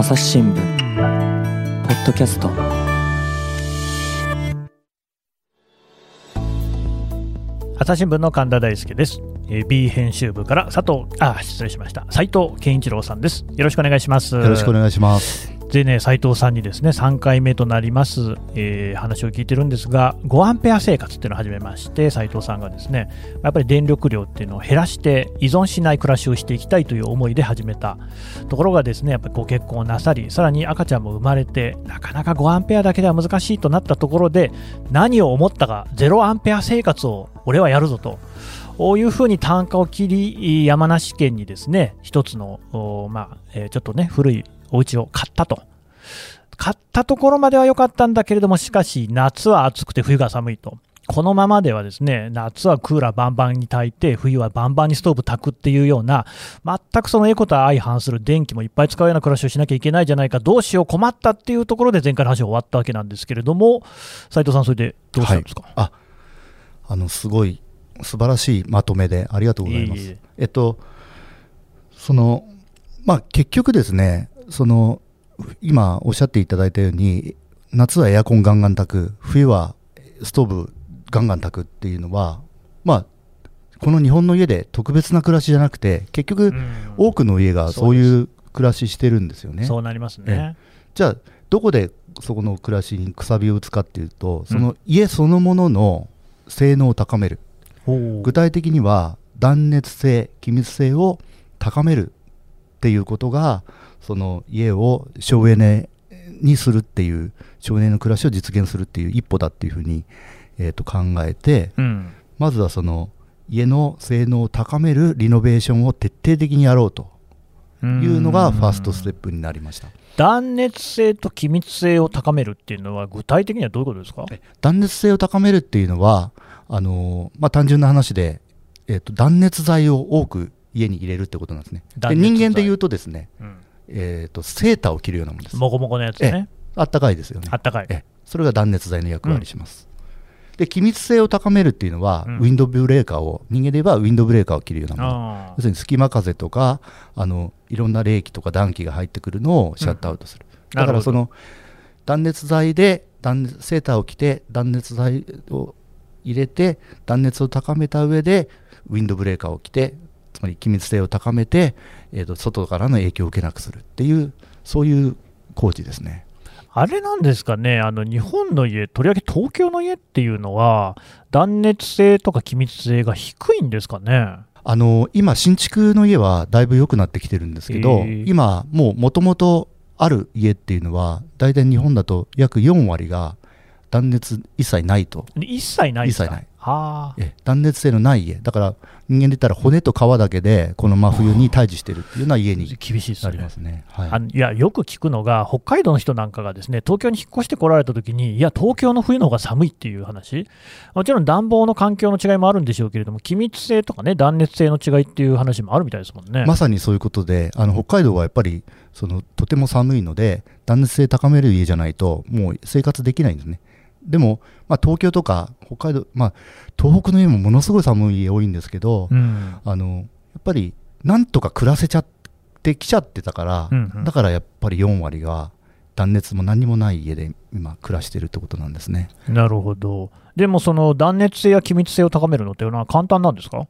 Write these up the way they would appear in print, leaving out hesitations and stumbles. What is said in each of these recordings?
朝日新聞ポッドキャスト。 朝日新聞の神田大輔です。B 編集部から斉藤健一郎さんです。よろしくお願いします。 よろしくお願いします。 でね、斉藤さんにですね3回目となります、話を聞いてるんですが、5アンペア生活っていうのを始めまして、斉藤さんがですねやっぱり電力量っていうのを減らして依存しない暮らしをしていきたいという思いで始めたところがですね、やっぱりご結婚をなさり、さらに赤ちゃんも生まれて、なかなか5アンペアだけでは難しいとなったところで、何を思ったか0アンペア生活を俺はやるぞとこういうふうに単価を切り、山梨県にですね一つのちょっとね古いお家を買ったところまでは良かったんだけれども、しかし夏は暑くて冬が寒いと、このままではですね夏はクーラーバンバンに焚いて冬はバンバンにストーブ焚くっていうような、全くそのエコと相反する電気もいっぱい使うような暮らしをしなきゃいけないじゃないか、どうしよう困ったっていうところで前回の話が終わったわけなんですけれども、斉藤さんそれでどうしたんですか？ すごい素晴らしいまとめでありがとうございます。結局ですね、今おっしゃっていただいたように、夏はエアコンガンガン焚く、冬はストーブガンガン焚くっていうのは、この日本の家で特別な暮らしじゃなくて、結局多くの家がそういう暮らししてるんですよね。 そうなりますね。 じゃあどこでそこの暮らしにくさびを打つかっていうと、その家そのものの性能を高める、具体的には断熱性、気密性を高めるっていうことが、その家を省エネにするっていう、省エネの暮らしを実現するっていう一歩だっていうふうに、考えて、まずはその家の性能を高めるリノベーションを徹底的にやろうというのがファーストステップになりました。 断熱性と気密性を高めるっていうのは具体的にはどういうことですか？ 断熱性を高めるっていうのは単純な話で、断熱材を多く家に入れるってことなんですね。で、人間でいうとですね、セーターを着るようなものです。 もこもこのやつね。 あったかいですよね。 あったかい。 それが断熱材の役割します。で、気密性を高めるっていうのは、ウィンドブレーカーを、人間で言えばウィンドブレーカーを着るようなもの。要するに隙間風とかいろんな冷気とか暖気が入ってくるのをシャットアウトする。だからその断熱材でセーターを着て断熱材を入れて断熱を高めた上でウィンドブレーカーを着て、つまり気密性を高めて、外からの影響を受けなくするっていう、そういう工事ですね。 あれなんですかね、日本の家、とりわけ東京の家っていうのは断熱性とか気密性が低いんですかね？ 今新築の家はだいぶ良くなってきてるんですけど、今もともとある家っていうのはだいたい日本だと約4割が断熱一切ないと。 一切ないですか？ 一切ない。断熱性のない家だから、人間で言ったら骨と皮だけでこの真冬に対峙しているっていうような家に厳しいですね。 なりますね。 いや、よく聞くのが、北海道の人なんかがですね東京に引っ越してこられた時に、いや東京の冬の方が寒いっていう話、もちろん暖房の環境の違いもあるんでしょうけれども、気密性とかね断熱性の違いっていう話もあるみたいですもんね。 まさにそういうことで、北海道はやっぱりとても寒いので、断熱性高める家じゃないともう生活できないんですね。でも、東京とか北海道、東北の家もものすごい寒い家多いんですけど、やっぱりなんとか暮らせちゃってきちゃってたから、だからやっぱり4割が断熱も何もない家で今暮らしてるってことなんですね。 なるほど。でもその断熱性や気密性を高めるのっていうのは簡単なんですか？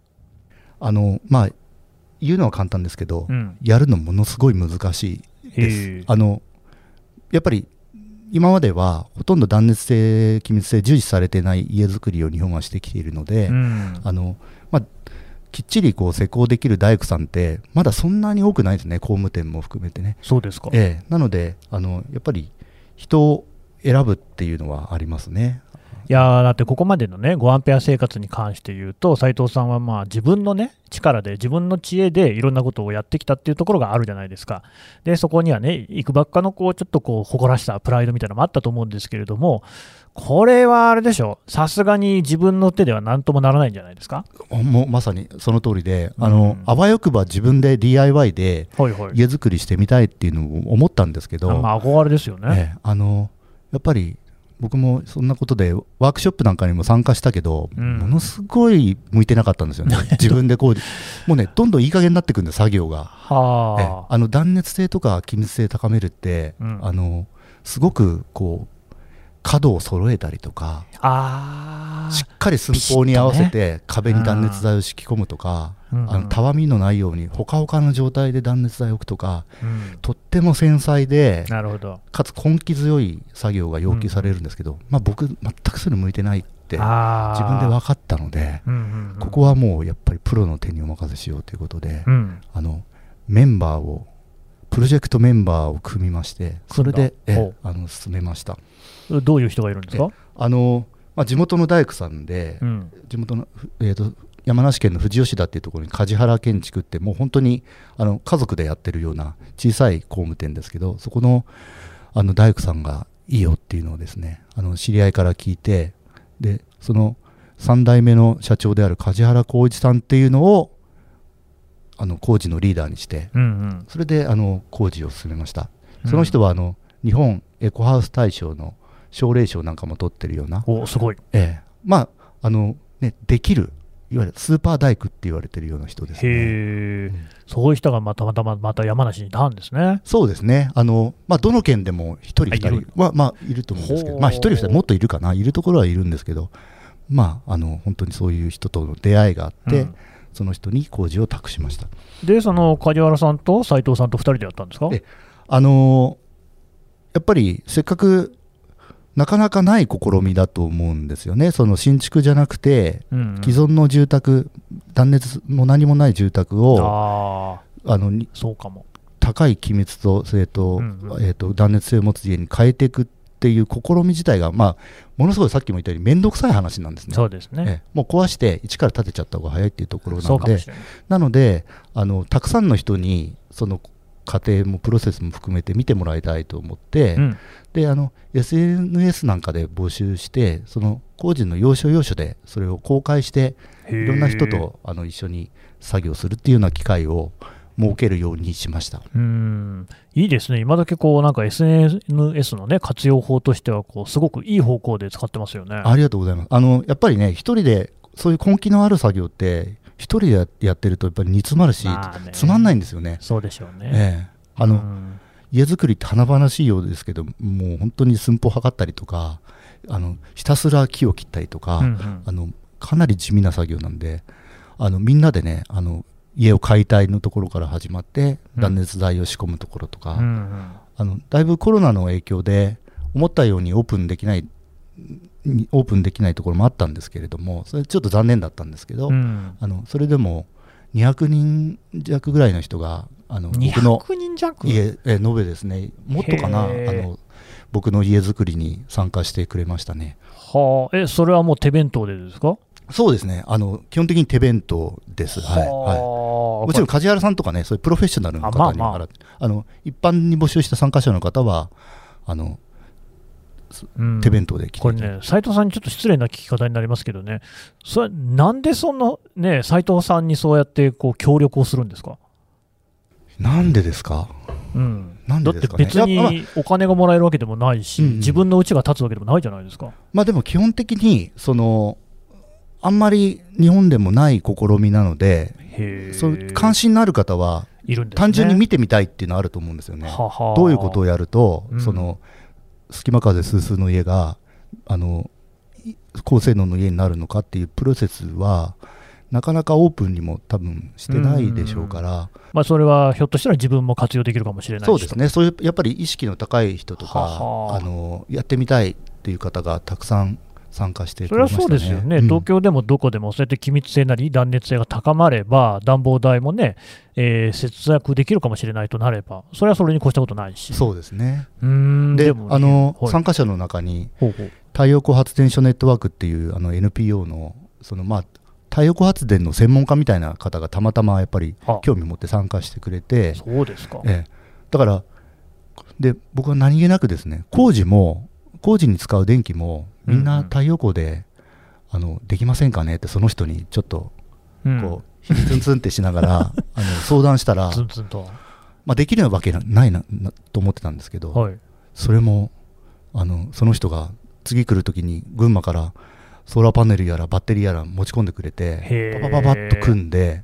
言うのは簡単ですけど、やるのものすごい難しいです。やっぱり今まではほとんど断熱性、気密性重視されてない家づくりを日本はしてきているので、きっちり施工できる大工さんってまだそんなに多くないですね、工務店も含めてね。 そうですか。 なのでやっぱり人を選ぶっていうのはありますね。 いやだってここまでのね5アンペア生活に関して言うと、斉藤さんは自分のね力で、自分の知恵でいろんなことをやってきたっていうところがあるじゃないですか。でそこにはねいくばっかのちょっと誇らしさ、プライドみたいなのもあったと思うんですけれども、これはあれでしょ、さすがに自分の手では何ともならないんじゃないですか？ もうまさにその通りで、あわよくば自分で DIY で家づくりしてみたいっていうのを思ったんですけど、 憧れですよね。 やっぱり僕もそんなことでワークショップなんかにも参加したけど、ものすごい向いてなかったんですよね自分でこうもうねどんどんいい加減になってくるんで作業が。断熱性とか気密性高めるって、すごくこう角を揃えたりとか、しっかり寸法に合わせて壁に断熱材を敷き込むとか、たわみのないようにほかほかの状態で断熱材を置くとか、とっても繊細でかつ根気強い作業が要求されるんですけど、僕全くそういうの向いてないって自分で分かったので、ここはもうやっぱりプロの手にお任せしようということで、メンバーをプロジェクトメンバーを組みまして、それで進めました。 どういう人がいるんですか？ 地元の大工さんで、地元の、山梨県の富士吉田っていうところに梶原建築って、もう本当に家族でやってるような小さい工務店ですけど、そこの大工さんがいいよっていうのをですね、知り合いから聞いて、でその3代目の社長である梶原浩一さんっていうのを工事のリーダーにして、それで工事を進めました。その人は日本エコハウス大賞の奨励賞なんかも取ってるような、 すごい、 できるいわゆるスーパー大工って言われてるような人ですね。そういう人がまた山梨にいたんですね。 そうですね。どの県でも1人2人はいると思うんですけど、1人2人もっといるかな、いるところはいるんですけど、本当にそういう人との出会いがあって、その人に工事を託しました。 でその梶原さんと斉藤さんと2人でやったんですか？ やっぱりせっかくなかなかない試みだと思うんですよね。その新築じゃなくて、既存の住宅、断熱も何もない住宅をそうかも高い気密性と、断熱性を持つ家に変えていくっていう試み自体が、ものすごいさっきも言ったように面倒くさい話なんですね。 そうですね。 もう壊して一から建てちゃった方が早いっていうところなので、たくさんの人にその過程もプロセスも含めて見てもらいたいと思って、でSNS なんかで募集して、その工事の要所要所でそれを公開して、いろんな人と一緒に作業するっていうような機会を設けるようにしました。 いいですね。今だけなんか SNS の、活用法としてはすごくいい方向で使ってますよね。 ありがとうございます。やっぱりね、一人でそういう根気のある作業って一人でやってるとやっぱり煮詰まるし、つまんないんですよね。 そうでしょうね。 家づくりって華々しいようですけど、もう本当に寸法測ったりとか、ひたすら木を切ったりとか、かなり地味な作業なんで、みんなでね、家を解体のところから始まって断熱材を仕込むところとか、だいぶコロナの影響で思ったようにオープンできないところもあったんですけれども、それちょっと残念だったんですけど、それでも200人弱ぐらいの人が僕の家延べですね、もっとかな、僕の家づくりに参加してくれましたね。 それはもう手弁当でですか？ そうですね。基本的に手弁当です。もちろん梶原さんとかね、そういうプロフェッショナルの方に払って、一般に募集した参加者の方は手弁当で来て、 これね、斉藤さんにちょっと失礼な聞き方になりますけどね、それなんでそのね、斉藤さんにそうやって協力をするんですか？ なんでですか？ だって別にお金がもらえるわけでもないし、自分の家が建つわけでもないじゃないですか。 でも基本的にあんまり日本でもない試みなので、関心のある方はいるんですね。単純に見てみたいっていうのはあると思うんですよね。どういうことをやると、隙間風スースーの家が高性能の家になるのかっていうプロセスはなかなかオープンにも多分してないでしょうから、 それはひょっとしたら自分も活用できるかもしれないし。 そうですね。そういうやっぱり意識の高い人とかやってみたいっていう方がたくさん参加してくれましたね。 それはそうですよね。東京でもどこでもそうやって気密性なり断熱性が高まれば、暖房代もね、節約できるかもしれないとなれば、それはそれに越したことないし。 そうですね。 で参加者の中に太陽光発電所ネットワークっていう NPO の太陽光発電の専門家みたいな方がたまたまやっぱり興味を持って参加してくれて、 そうですか。 だから僕は何気なくですね、工事に使う電気もみんな太陽光で、できませんかねってその人にちょっとひりツンツンってしながら相談したらできるわけないなと思ってたんですけど、それもその人が次来るときに群馬からソーラーパネルやらバッテリーやら持ち込んでくれて、パパパパッと組んで、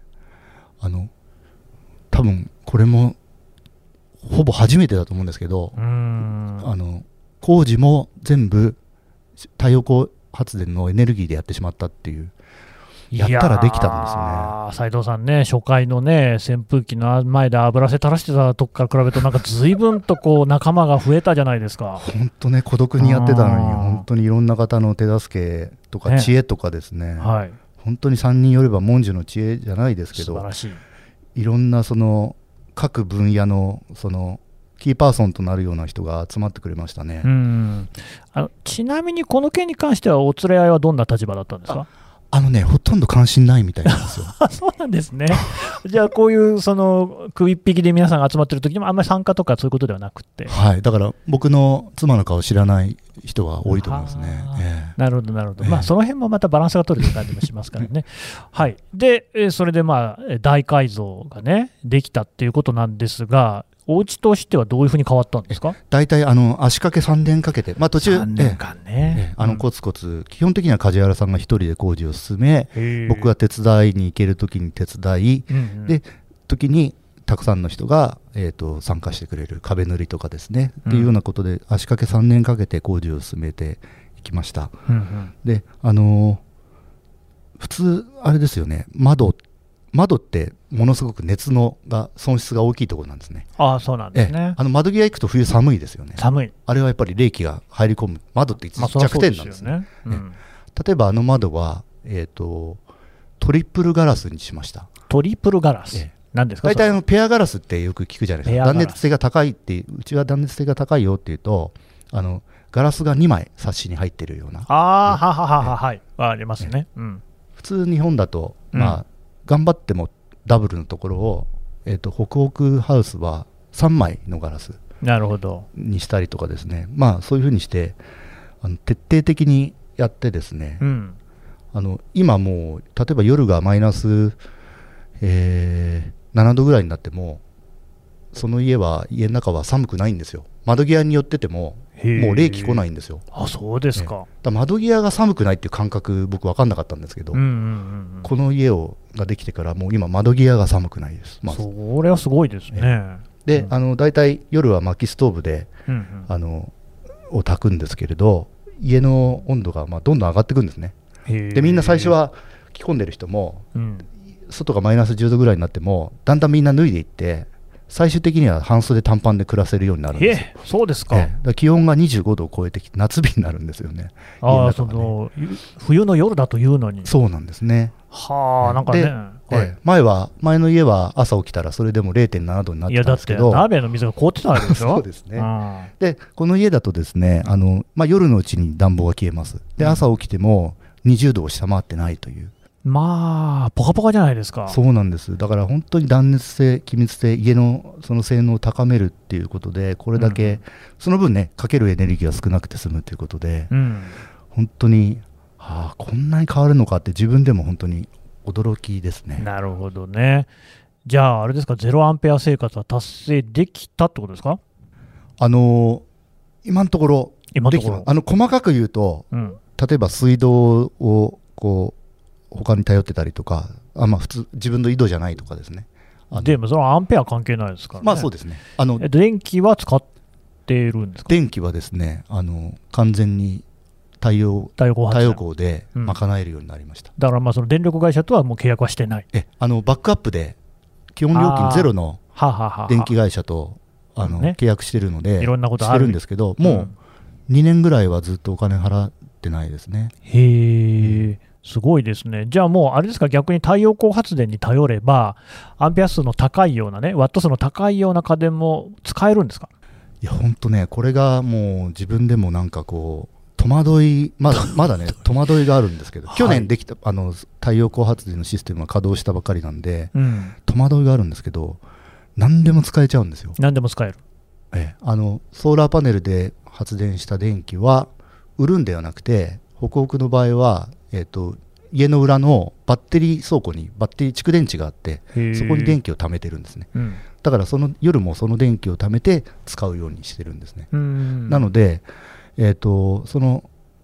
多分これもほぼ初めてだと思うんですけど、工事も全部太陽光発電のエネルギーでやってしまったっていう、やったらできたんですね。 斉藤さんね、初回のね、扇風機の前で油汗垂らしてたとこから比べると、なんか随分とこう仲間が増えたじゃないですか。 本当ね、孤独にやってたのに、本当にいろんな方の手助けとか知恵とかですね、はい、本当に3人よれば文殊の知恵じゃないですけど、 素晴らしい。 いろんなその各分野のそのキーパーソンとなるような人が集まってくれましたね。 ちなみにこの件に関しては、お連れ合いはどんな立場だったんですか？ ほとんど関心ないみたいなんですよ。 そうなんですね。じゃあ、こういうその首一匹で皆さんが集まってる時にも、あんまり参加とかそういうことではなくて、 はい、だから僕の妻の顔知らない人が多いと思いますね。 なるほど、なるほど、その辺もまたバランスが取れてる感じもしますからね。はい、で、それで大改造がね、できたっていうことなんですが、お家としてはどういうふうに変わったんですか？ 大体足掛け3年かけて、途中 3年間ね、 コツコツ、基本的には梶原さんが一人で工事を進め、僕が手伝いに行けるときに手伝い、で時にたくさんの人が、参加してくれる壁塗りとかですね、っていうようなことで足掛け3年かけて工事を進めていきました。で普通あれですよね、窓ってものすごく熱の損失が大きいところなんですね。 そうなんですね。 窓際行くと冬寒いですよね。 寒い。 あれはやっぱり冷気が入り込む。窓って弱点なんですね。例えば窓は、トリプルガラスにしました。 トリプルガラス、何ですか？ 大体ペアガラスってよく聞くじゃないですか。断熱性が高いって、うちは断熱性が高いよっていうと、ガラスが2枚サッシに入ってるような。 はい、ありますね。 普通日本だと、頑張ってもダブルのところを、北欧ハウスは3枚のガラスにしたりとかですね、そういうふうにして徹底的にやってですね、今もう例えば夜がマイナス、7度ぐらいになってもその家の中は寒くないんですよ。窓際に寄っててももう冷気来ないんですよ。 そうですか。 窓際が寒くないっていう感覚僕分かんなかったんですけど、この家ができてからもう今窓際が寒くないです。 それはすごいですね。 でだいたい夜は薪ストーブで、を炊くんですけれど、家の温度がどんどん上がっていくんですね。でみんな最初は着込んでる人も、外がマイナス10度ぐらいになってもだんだんみんな脱いでいって最終的には半袖短パンで暮らせるようになるんですよ。 そうですか。 だから気温が25度を超えてきて夏日になるんですよね。 冬の夜だというのに。 そうなんですね。 なんかね、 前の家は朝起きたらそれでも 0.7 度になってたんですけど、 だって鍋の水が凍ってたわけでしょ。 そうですね。でこの家だとですね、夜のうちに暖房が消えます。で朝起きても20度を下回ってないという。 ポカポカじゃないですか。 そうなんです。だから本当に断熱性、気密性、家のその性能を高めるっていうことで、これだけ、その分ね、かけるエネルギーが少なくて済むということで、本当に、こんなに変わるのかって自分でも本当に驚きですね。 なるほどね。じゃあ、あれですか、ゼロアンペア生活は達成できたってことですか？ 今のところ、細かく言うと、例えば水道を他に頼ってたりとか、普通自分の井戸じゃないとかですね。 でもそのアンペア関係ないですからね。 そうですね。 電気は使っているんですか？ 電気はですね、完全に太陽光で賄えるようになりました。 だからその電力会社とはもう契約はしてない。 バックアップで基本料金ゼロの電気会社と契約してるので、 いろんなことしてるんですけど、もう2年ぐらいはずっとお金払ってないですね。 すごいですね。じゃあもうあれですか、逆に太陽光発電に頼ればアンペア数の高いようなね、ワット数の高いような家電も使えるんですか？ いや本当ね、これがもう自分でもなんか戸惑い、まだね戸惑いがあるんですけど、去年できた太陽光発電のシステムが稼働したばかりなんで、戸惑いがあるんですけど、何でも使えちゃうんですよ。 何でも使える。 ソーラーパネルで発電した電気は売るんではなくて、北欧の場合は家の裏のバッテリー倉庫にバッテリー蓄電池があって、そこに電気を貯めてるんですね。だから夜もその電気を貯めて使うようにしてるんですね。なので、その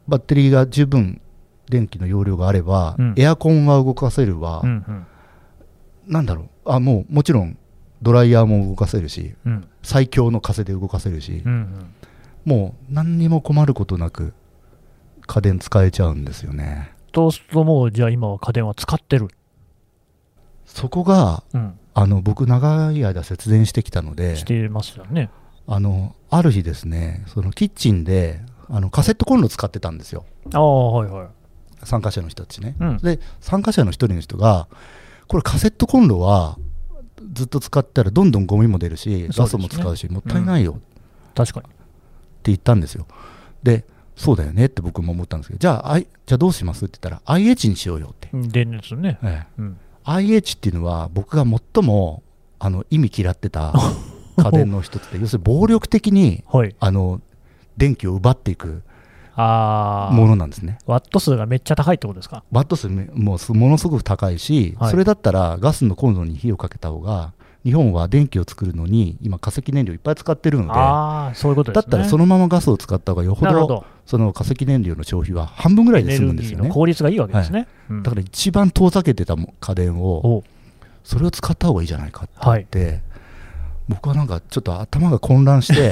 バッテリーが十分電気の容量があれば、エアコンは動かせるわ、なんだろう、もちろんドライヤーも動かせるし、最強の風で動かせるし、もう何にも困ることなく家電使えちゃうんですよね。 そうするともうじゃあ今は家電は使ってる。 そこが、僕長い間節電してきたので、 してますよね。 ある日ですね、そのキッチンでカセットコンロ使ってたんですよ。参加者の人たちね、で参加者の一人の人が、これカセットコンロはずっと使ったらどんどんゴミも出るし、ガスも使うし、もったいないよ、 確かにって言ったんですよ。でそうだよねって僕も思ったんですけど、じゃあどうしますって言ったら IH にしようよって。 電熱ね、 IH っていうのは僕が最も意味嫌ってた家電の一つで要するに暴力的に、電気を奪っていくものなんですね。 ワット数がめっちゃ高いってことですか。 ワット数ものすごく高いし、それだったらガスのコンロに火をかけた方が、日本は電気を作るのに今化石燃料いっぱい使ってるので、 そういうことですね。 だったらそのままガスを使った方がよほどその化石燃料の消費は半分ぐらいで済むんですよね。エネルギーの効率がいいわけですね、 だから一番遠ざけてた家電をそれを使った方がいいじゃないかって言って、僕はなんかちょっと頭が混乱して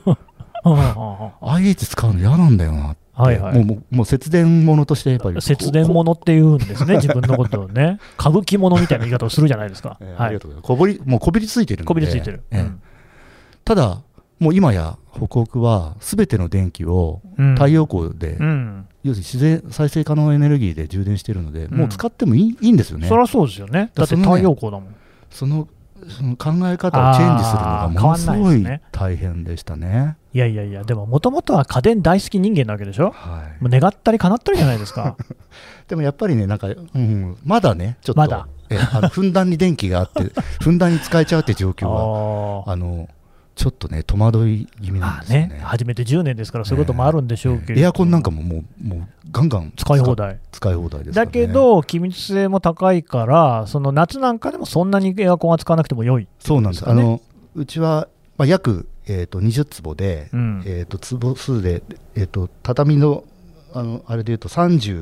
IH 使うの嫌なんだよなって、もう節電物としてやっぱり節電物っていうんですね、自分のことをね、歌舞伎物みたいな言い方をするじゃないですか。 ありがとうございます。もうこびりついてるんで。 こびりついてる、 ただもう今や北欧はすべての電気を太陽光で、要するに自然再生可能エネルギーで充電してるので、もう使ってもいいんですよね。 そりゃそうですよね。だって太陽光だもん。 その考え方をチェンジするのがものすごい大変でしたね。 いや、でももともとは家電大好き人間なわけでしょ、もう願ったり叶ったりじゃないですか。 でもやっぱりね、なんか、まだね、ちょっとふんだんに電気があってふんだんに使えちゃうって状況はちょっとね戸惑い気味なんですよね。 初めて10年ですからそういうこともあるんでしょうけど、 エアコンなんかももうガンガン使い放題ですからね。 だけど気密性も高いから、その夏なんかでもそんなにエアコンは使わなくても良い、 そうなんです。うちは、約、20坪で、坪数で、畳のあれでいうと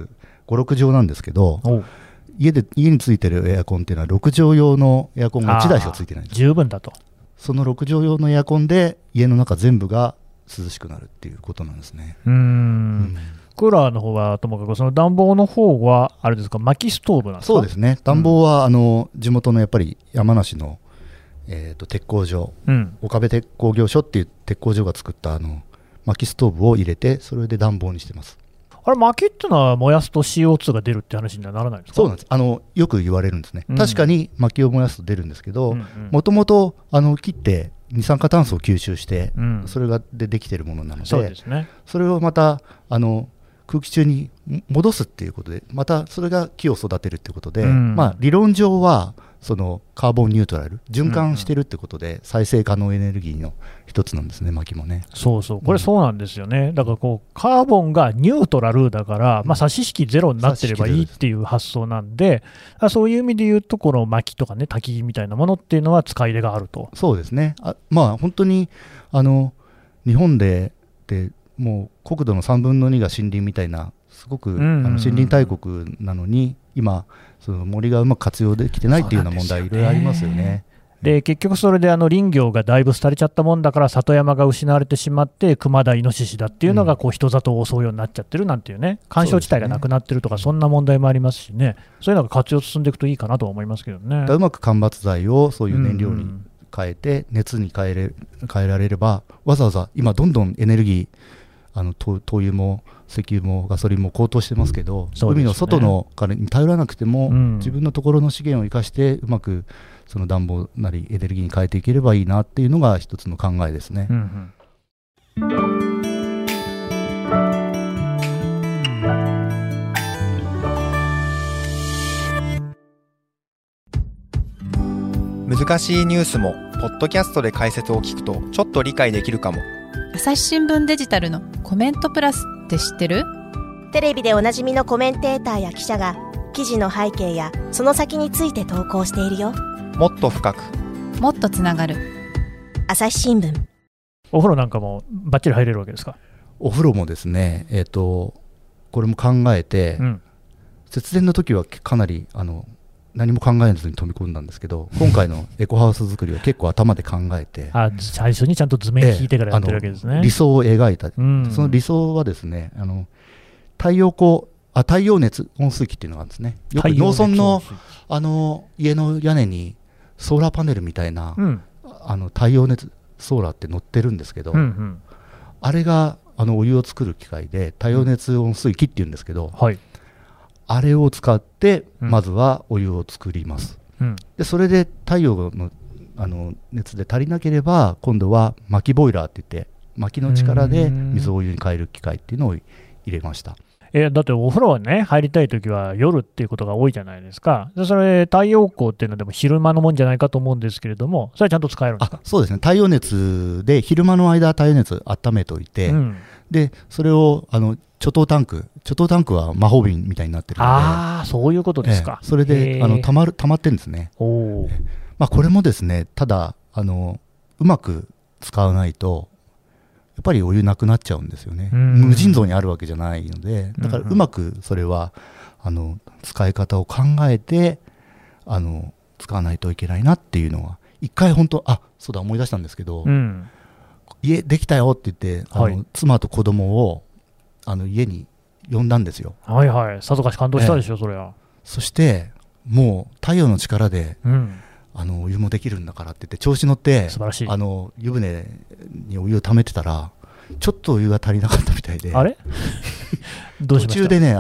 35、6畳なんですけど、家についてるエアコンっていうのは6畳用のエアコンが1台しかついてないんです。 十分だと。 その6畳用のエアコンで家の中全部が涼しくなるっていうことなんですね。 クーラーの方はともかく、その暖房の方はあれですか、薪ストーブなんですか。 そうですね。暖房は地元のやっぱり山梨の、鉄工所、岡部鉄工業所っていう鉄工所が作った薪ストーブを入れて、それで暖房にしてます。 あれ、薪っていうのは燃やすと CO2 が出るって話にはならないんですか。 そうなんです。よく言われるんですね。確かに薪を燃やすと出るんですけど、もともと木って二酸化炭素を吸収して、それができているものなので、 そうですね、 それをまた空気中に戻すっていうことで、またそれが木を育てるっていうことで、理論上はそのカーボンニュートラル、循環してるってことで、再生可能エネルギーの一つなんですね、薪もね。 そうそう、これそうなんですよね。だからカーボンがニュートラルだから、差し引きゼロになってればいいっていう発想なんで、そういう意味で言うと、この薪とかね、焚きみたいなものっていうのは使い出があると。 そうですね。本当に日本でもう国土の3分の2が森林みたいな、すごく森林大国なのに、今その森がうまく活用できてないっていうような問題、いろいろありますよね。 で結局それで林業がだいぶ廃れちゃったもんだから、里山が失われてしまって、熊だイノシシだっていうのが人里を襲うようになっちゃってるなんていうね、緩衝地帯がなくなってるとか、そんな問題もありますしね、そういうのが活用進んでいくといいかなと思いますけどね。 うまく間伐材をそういう燃料に変えて、熱に変えられれば、わざわざ今どんどんエネルギー、灯油も石油もガソリンも高騰してますけど、海の外のからに頼らなくても、自分のところの資源を生かしてうまくその暖房なりエネルギーに変えていければいいなっていうのが一つの考えですね。 難しいニュースもポッドキャストで解説を聞くとちょっと理解できるかも。 朝日新聞デジタルのコメントプラスって知ってる？ テレビでおなじみのコメンテーターや記者が記事の背景やその先について投稿しているよ。 もっと深く、 もっとつながる。 朝日新聞。 お風呂なんかもバッチリ入れるわけですか？ お風呂もですね、 これも考えて、節電の時はかなり何も考えずに飛び込んだんですけど、今回のエコハウス作りは結構頭で考えて最初にちゃんと図面引いてからやってるわけですね。 理想を描いた、その理想はですね、太陽熱温水器っていうのがあるんですね。よく農村の家の屋根にソーラーパネルみたいな、太陽熱ソーラーって乗ってるんですけど、あれがお湯を作る機械で太陽熱温水器っていうんですけど、あれを使ってまずはお湯を作ります。でそれで太陽の熱で足りなければ今度は薪ボイラーって言って薪の力で水をお湯に変える機械っていうのを入れました。 だってお風呂ね入りたいときは夜っていうことが多いじゃないですか。でそれ太陽光っていうのはでも昼間のもんじゃないかと思うんですけれども、それはちゃんと使えるんですか？ そうですね、太陽熱で昼間の間太陽熱温めておいて、でそれを貯湯タンクは魔法瓶みたいになってるので、そういうことですか。それで溜まってるんですね。これもですね、ただうまく使わないとやっぱりお湯なくなっちゃうんですよね。無尽蔵にあるわけじゃないので、だからうまくそれは使い方を考えて使わないといけないなっていうのは一回本当そうだ思い出したんですけど、家できたよって言って妻と子供を家に呼んだんですよ。 さぞかし感動したでしょ、それは。 そしてもう太陽の力で、お湯もできるんだからって言って調子乗って素晴らしい湯船にお湯を溜めてたらちょっとお湯が足りなかったみたいで、 あれどうしました？ 途中でね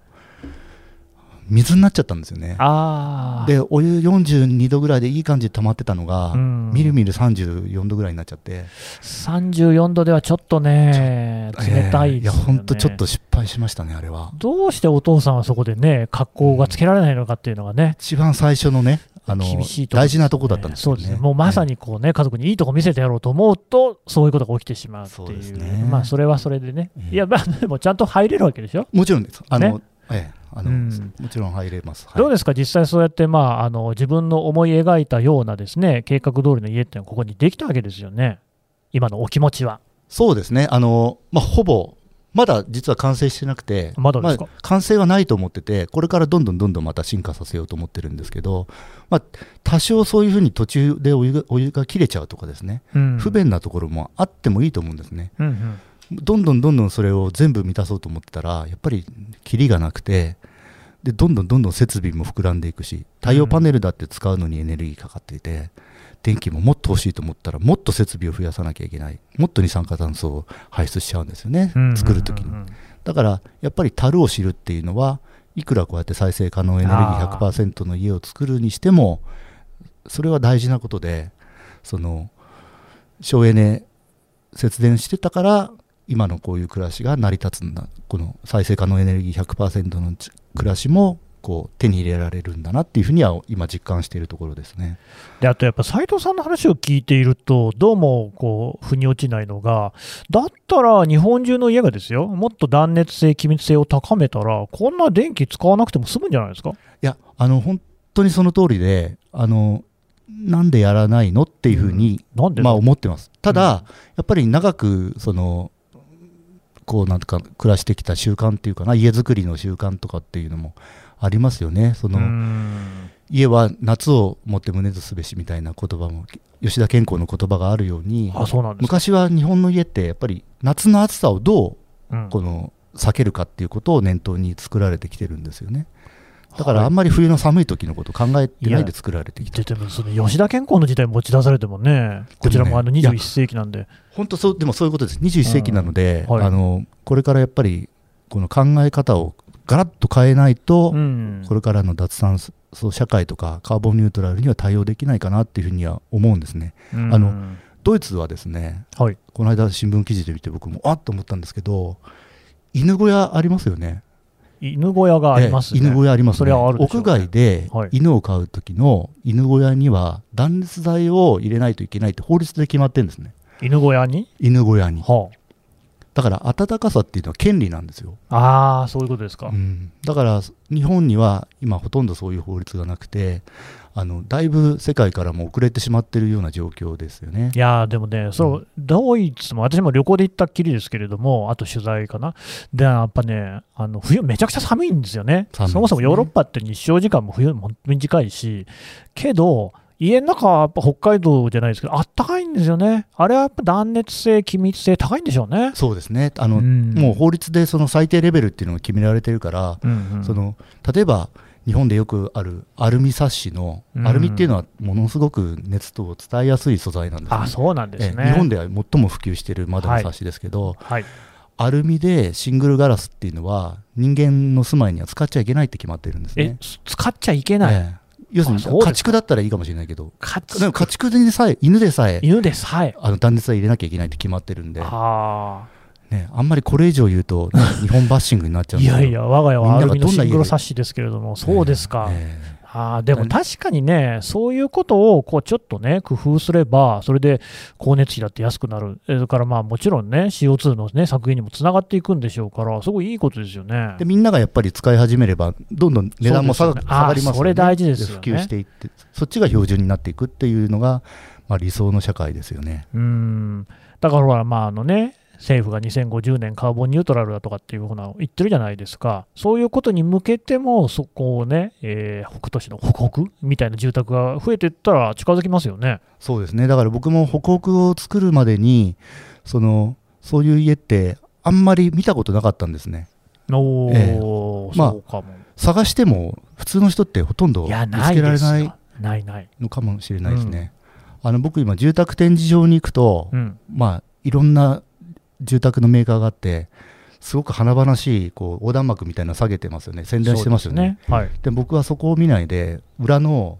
水になっちゃったんですよね。でお湯42度ぐらいでいい感じで溜まってたのが、みるみる34度ぐらいになっちゃって、 34度ではちょっとね冷たいですよね。 本当ちょっと失敗しましたね、あれは。 どうしてお父さんはそこでね格好がつけられないのかっていうのがね、 一番最初のね厳しい大事なとこだったんですよね。 そうですね、もうまさにこうね、家族にいいとこ見せてやろうと思うとそういうことが起きてしまうっていう。そうですね、それはそれでね、いやでもちゃんと入れるわけでしょ。 もちろんです。もちろん入れます。 どうですか、実際そうやって自分の思い描いたようなですね計画通りの家っていうのがここにできたわけですよね。今のお気持ちは。 そうですね、ほぼまだ実は完成してなくて、完成はないと思ってて、これからどんどんまた進化させようと思ってるんですけど、多少そういうふうに途中でお湯が切れちゃうとかですね、不便なところもあってもいいと思うんですね。どんどんそれを全部満たそうと思ってたらやっぱりキリがなくて、でどんどん設備も膨らんでいくし、太陽パネルだって使うのにエネルギーかかっていて、電気ももっと欲しいと思ったらもっと設備を増やさなきゃいけない、もっと二酸化炭素を排出しちゃうんですよね、作るときに。だからやっぱり足るを知るっていうのは、いくらこうやって再生可能エネルギー 100% の家を作るにしてもそれは大事なことで、省エネ節電してたから今のこういう暮らしが成り立つんだ、この再生可能エネルギー 100% の暮らしもこう手に入れられるんだなっていうふうには今実感しているところですね。 であとやっぱ斉藤さんの話を聞いているとどうもこう腑に落ちないのが、だったら日本中の家がですよ、もっと断熱性気密性を高めたらこんな電気使わなくても済むんじゃないですか。いや本当にその通りで、なんでやらないのっていうふうに、思ってます。ただ、やっぱり長くこうなんとか暮らしてきた習慣っていうかな、家づくりの習慣とかっていうのもありますよね。家は夏をもって棟とすべしみたいな言葉も吉田健康の言葉があるように、昔は日本の家ってやっぱり夏の暑さをどう避けるかっていうことを念頭に作られてきてるんですよね。だからあんまり冬の寒い時のことを考えてないで作られてきて、 でもその吉田健康の時代持ち出されてもね、こちらも21世紀なんで、 本当でもそういうことです。21世紀なので、これからやっぱりこの考え方をガラッと変えないと、これからの脱炭素社会とかカーボンニュートラルには対応できないかなっていうふうには思うんですね。ドイツはですね、この間新聞記事で見て僕もと思ったんですけど、犬小屋ありますよね。 犬小屋がありますね。 犬小屋ありますね。 それはあるでしょうね。 屋外で犬を飼う時の犬小屋には断熱材を入れないといけないって法律で決まってるんですね。 犬小屋に。 だから暖かさっていうのは権利なんですよ。 ああ、そういうことですか。 だから日本には今ほとんどそういう法律がなくて、だいぶ世界からも遅れてしまっているような状況ですよね。 いやでもね、ドイツも、私も旅行で行ったっきりですけれども、あと取材かな、でやっぱね、冬、めちゃくちゃ寒いんですよね。 寒いですね。 そもそもヨーロッパって日照時間も冬も短いし、けど、家の中はやっぱ北海道じゃないですけど、あったかいんですよね。あれはやっぱ断熱性、気密性高いんでしょうね。 そうですね。もう法律でその最低レベルっていうのが決められてるから、例えば日本でよくあるアルミサッシの、アルミっていうのはものすごく熱と伝えやすい素材なんですね。 あ、そうなんですね。 日本では最も普及している窓のサッシですけど、アルミでシングルガラスっていうのは人間の住まいには使っちゃいけないって決まってるんですね。 使っちゃいけない、 要するに家畜だったらいいかもしれないけど、でも家畜でさえ、犬でさえ断熱材入れなきゃいけないって決まってるんで、あんまりこれ以上言うと、日本バッシングになっちゃうんですけどいやいや、我が家はアルミのシングルサッシですけれども、そうですか。でも確かにね、そういうことをちょっとね、工夫すれば、それで光熱費だって安くなる、それからもちろんね、CO2 の、ね、削減にもつながっていくんでしょうから、すごいいいことですよね。 でみんながやっぱり使い始めれば、どんどん値段も下がりますよね。 それ大事ですよね。 普及していって、そっちが標準になっていくっていうのが、理想の社会ですよね。 だからほら、政府が2050年カーボンニュートラルだとかっていうふうな言ってるじゃないですか。そういうことに向けても、そこをね、北斗市の北北みたいな住宅が増えていったら近づきますよね。 そうですね。だから僕も北北を作るまでに、そういう家ってあんまり見たことなかったんですね。そうかも。探しても普通の人ってほとんど見つけられないのかもしれないですね。僕今住宅展示場に行くと、いろんな住宅のメーカーがあって、すごく華々しい横断幕みたいなの下げてますよね、宣伝してますよね。で僕はそこを見ないで、裏の、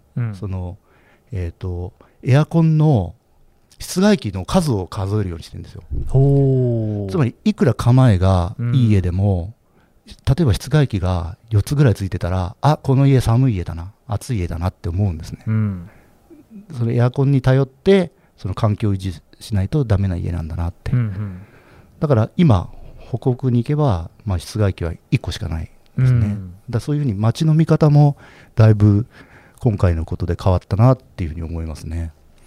エアコンの室外機の数を数えるようにしてるんですよ。つまりいくら構えがいい家でも、例えば室外機が4つぐらいついてたら、この家寒い家だな、暑い家だなって思うんですね。それエアコンに頼ってその環境を維持しないとダメな家なんだなって。だから今北北に行けば、室外機は1個しかないですね。だそういうふうに街の見方もだいぶ今回のことで変わったなっていうふうに思いますね。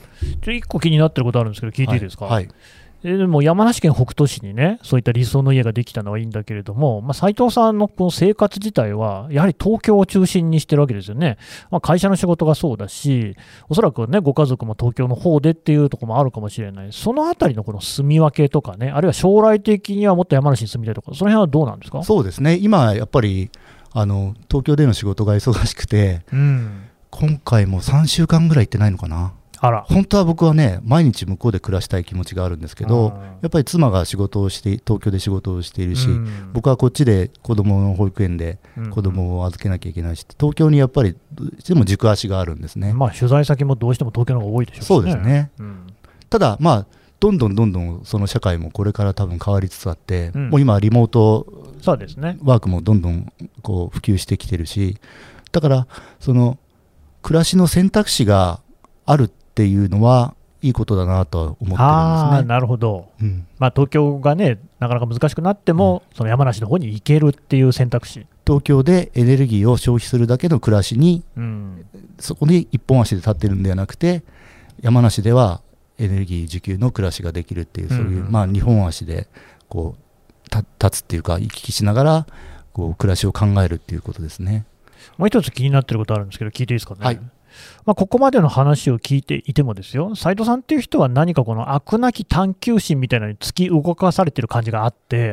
1個気になってることあるんですけど、聞いていいですか。でも山梨県北杜市にね、そういった理想の家ができたのはいいんだけれども、斉藤さんのこの生活自体は、やはり東京を中心にしてるわけですよね。会社の仕事がそうだし、おそらくね、ご家族も東京の方でっていうところもあるかもしれない、そのあたりのこの住み分けとかね、あるいは将来的にはもっと山梨に住みたいとか、その辺はどうなんですか。 そうですね、今やっぱり東京での仕事が忙しくて、今回も3週間ぐらい行ってないのかな。本当は僕はね、毎日向こうで暮らしたい気持ちがあるんですけど、やっぱり妻が仕事をして、東京で仕事をしているし、僕はこっちで子供の保育園で子供を預けなきゃいけないし、東京にやっぱりどうしても軸足があるんですね。 取材先もどうしても東京の方が多いでしょうしね。 そうですね。ただどんどんその社会もこれから多分変わりつつあって、もう今リモートワークもどんどんこう普及してきてるし、だからその暮らしの選択肢があるっていうのはいいことだなと思ってるんですね。 なるほど。東京がね、なかなか難しくなっても、その山梨の方に行けるっていう選択肢。 東京でエネルギーを消費するだけの暮らしに、そこに一本足で立ってるんではなくて、山梨ではエネルギー自給の暮らしができるっていう、そういう、2本足でこう立つっていうか、行き来しながらこう暮らしを考えるっていうことですね。 もう一つ気になってることあるんですけど、聞いていいですかね。ここまでの話を聞いていてもですよ、斉藤さんっていう人は何かこの飽くなき探求心みたいなのに突き動かされてる感じがあって、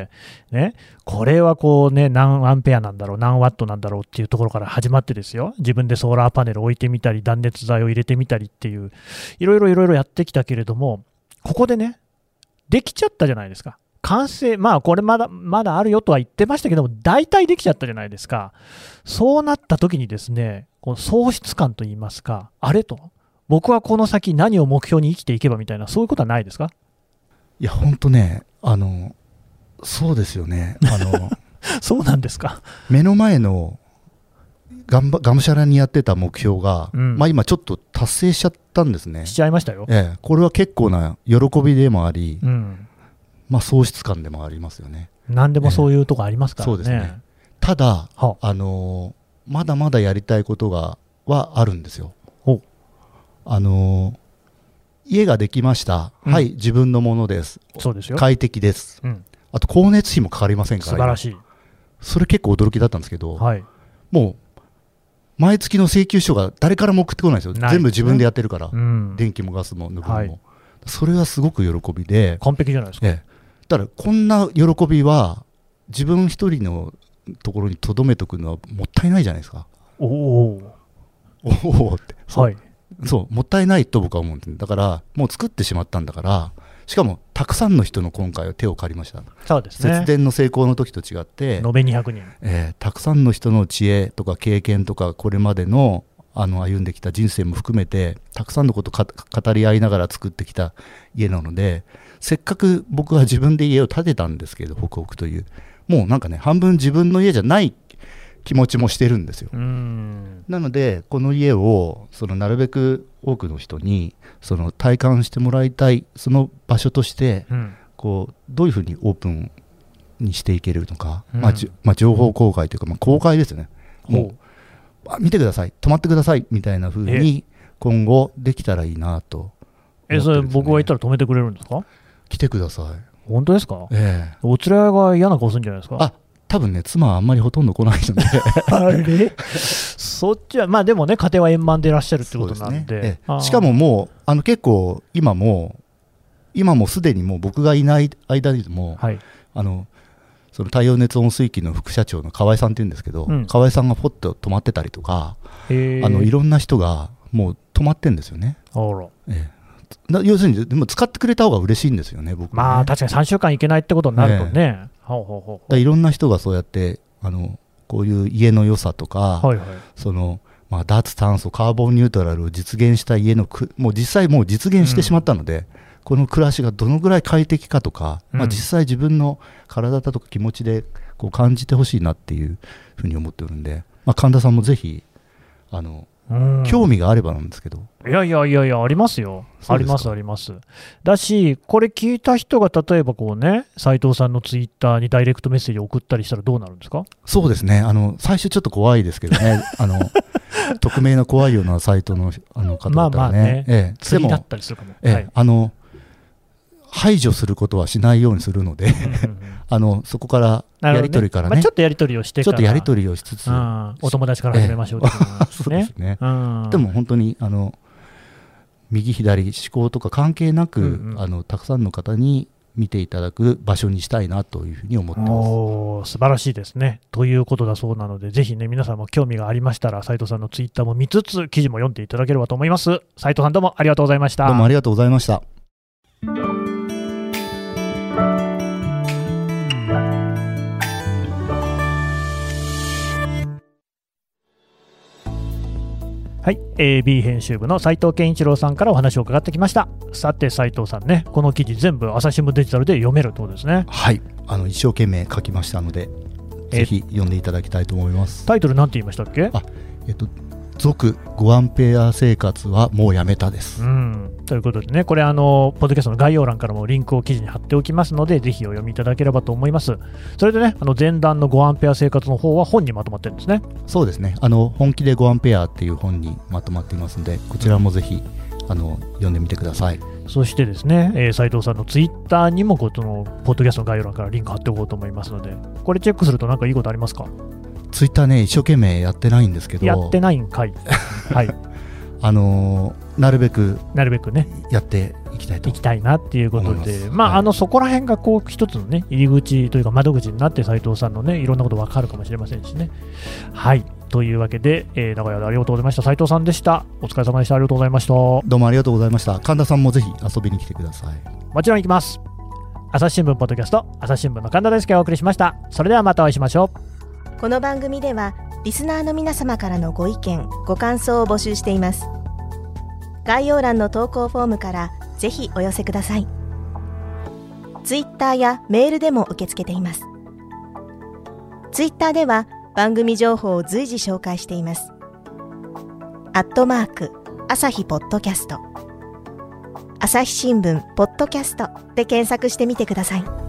ね、これはこうね、何アンペアなんだろう、何ワットなんだろうっていうところから始まってですよ、自分でソーラーパネルを置いてみたり、断熱材を入れてみたりっていう、いろいろやってきたけれども、ここでね、できちゃったじゃないですか。完成、これまだあるよとは言ってましたけども、大体できちゃったじゃないですか。そうなった時にですね、この喪失感といいますか、あれと、僕はこの先何を目標に生きていけばみたいな、そういうことはないですか。 いや、本当ね、そうですよね。 そうなんですか。 目の前のがむしゃらにやってた目標が、今ちょっと達成しちゃったんですね。 しちゃいましたよ。 これは結構な喜びでもあり、 喪失感でもありますよね。 何でもそういうとこありますからね。 そうですね。ただ、まだまだやりたいことはあるんですよ。家ができました、はい、自分のものです。 そうですよ。 快適です、あと光熱費もかかりませんから。 素晴らしい。 それ結構驚きだったんですけど、 はい、 もう毎月の請求書が誰からも送ってこないですよ。全部自分でやってるから、電気もガスも抜くのも、それはすごく喜びで。 完璧じゃないですか。 だからこんな喜びは自分一人のところに留めとくのはもったいないじゃないですか。おおって、そうもったいないと僕は思うんです。だからもう作ってしまったんだから、しかもたくさんの人の今回は手を借りました。 そうですね。 節電の成功の時と違って延べ200人、 たくさんの人の知恵とか経験とかこれまでの歩んできた人生も含めてたくさんのことを語り合いながら作ってきた家なので、せっかく僕は自分で家を建てたんですけど、ホクホクという、もうなんかね、半分自分の家じゃない気持ちもしてるんですよ。なのでこの家をなるべく多くの人に体感してもらいたい、その場所として、どういうふうにオープンにしていけるのか、情報公開というか、公開ですよね。もう見てください、泊まってくださいみたいなふうに今後できたらいいなと。 それ僕が行ったら泊めてくれるんですか？ 来てください。 本当ですか？お連れ合いが嫌な顔するんじゃないですか？ 多分ね、妻はあんまりほとんど来ないのであれそっちはでもね、家庭は円満でいらっしゃるってことなんで、 しかももう結構今もすでにもう僕がいない間にも、その太陽熱温水器の副社長の河合さんっていうんですけど、河合さんがポッと泊まってたりとか、いろんな人がもう泊まってるんですよね。要するにでも使ってくれた方が嬉しいんですよね、僕はね。 確かに3週間行けないってことになるとね、 いろんな人がそうやってこういう家の良さとか、脱炭素カーボンニュートラルを実現した家のもう実際もう実現してしまったので、この暮らしがどのぐらい快適かとか、実際自分の体だとか気持ちで感じてほしいなっていうふうに思ってるんで、神田さんもぜひ興味があればなんですけど。 いやありますよ。ありますだし、これ聞いた人が例えば斉藤さんのツイッターにダイレクトメッセージを送ったりしたらどうなるんですか？ そうですね、最初ちょっと怖いですけどね匿名の怖いようなサイトの方だったらね、 釣りだったりするかも。 排除することはしないようにするのでそこからやり取りからね、 ちょっとやり取りをしてから、 ちょっとやり取りをしつつ、 お友達から始めましょうそうですね。でも本当に右左思考とか関係なく、たくさんの方に見ていただく場所にしたいなというふうに思ってます。 素晴らしいですね。ということだそうなので、ぜひね、皆さんも興味がありましたら斉藤さんのツイッターも見つつ記事も読んでいただければと思います。斉藤さん、どうもありがとうございました。 どうもありがとうございました。 はい、B 編集部の斉藤健一郎さんからお話を伺ってきました。さて斉藤さんね、この記事全部朝日新聞デジタルで読めるとですね。 はい、一生懸命書きましたので、ぜひ読んでいただきたいと思います。 タイトルなんて言いましたっけ？ 続5アンペア生活はもうやめたです。 ということでね、これポッドキャストの概要欄からもリンクを記事に貼っておきますので、ぜひお読みいただければと思います。それでね、前段の5アンペア生活の方は本にまとまってるんですね。 そうですね、本気で5アンペアっていう本にまとまっていますので、こちらもぜひ読んでみてください。 そしてですね、斉藤さんのツイッターにもこのポッドキャストの概要欄からリンク貼っておこうと思いますので、これチェックすると何かいいことありますか？ ツイッターね、一生懸命やってないんですけど。 やってないんかい。はい。 なるべくね、 やっていきたいと。 いきたいなっていうことで、そこら辺が一つのね、入り口というか窓口になって斉藤さんのね、いろんなこと分かるかもしれませんしね。はい。というわけで、名古屋でありがとうございました。斉藤さんでした。お疲れ様でした。ありがとうございました。どうもありがとうございました。神田さんもぜひ遊びに来てください。 もちろん行きます。朝日新聞ポッドキャスト、朝日新聞の神田大輔がお送りしました。それではまたお会いしましょう。 この番組ではリスナーの皆様からのご意見ご感想を募集しています。概要欄の投稿フォームからぜひお寄せください。ツイッターやメールでも受け付けています。ツイッターでは番組情報を随時紹介しています。@朝日ポッドキャスト、朝日新聞ポッドキャストで検索してみてください。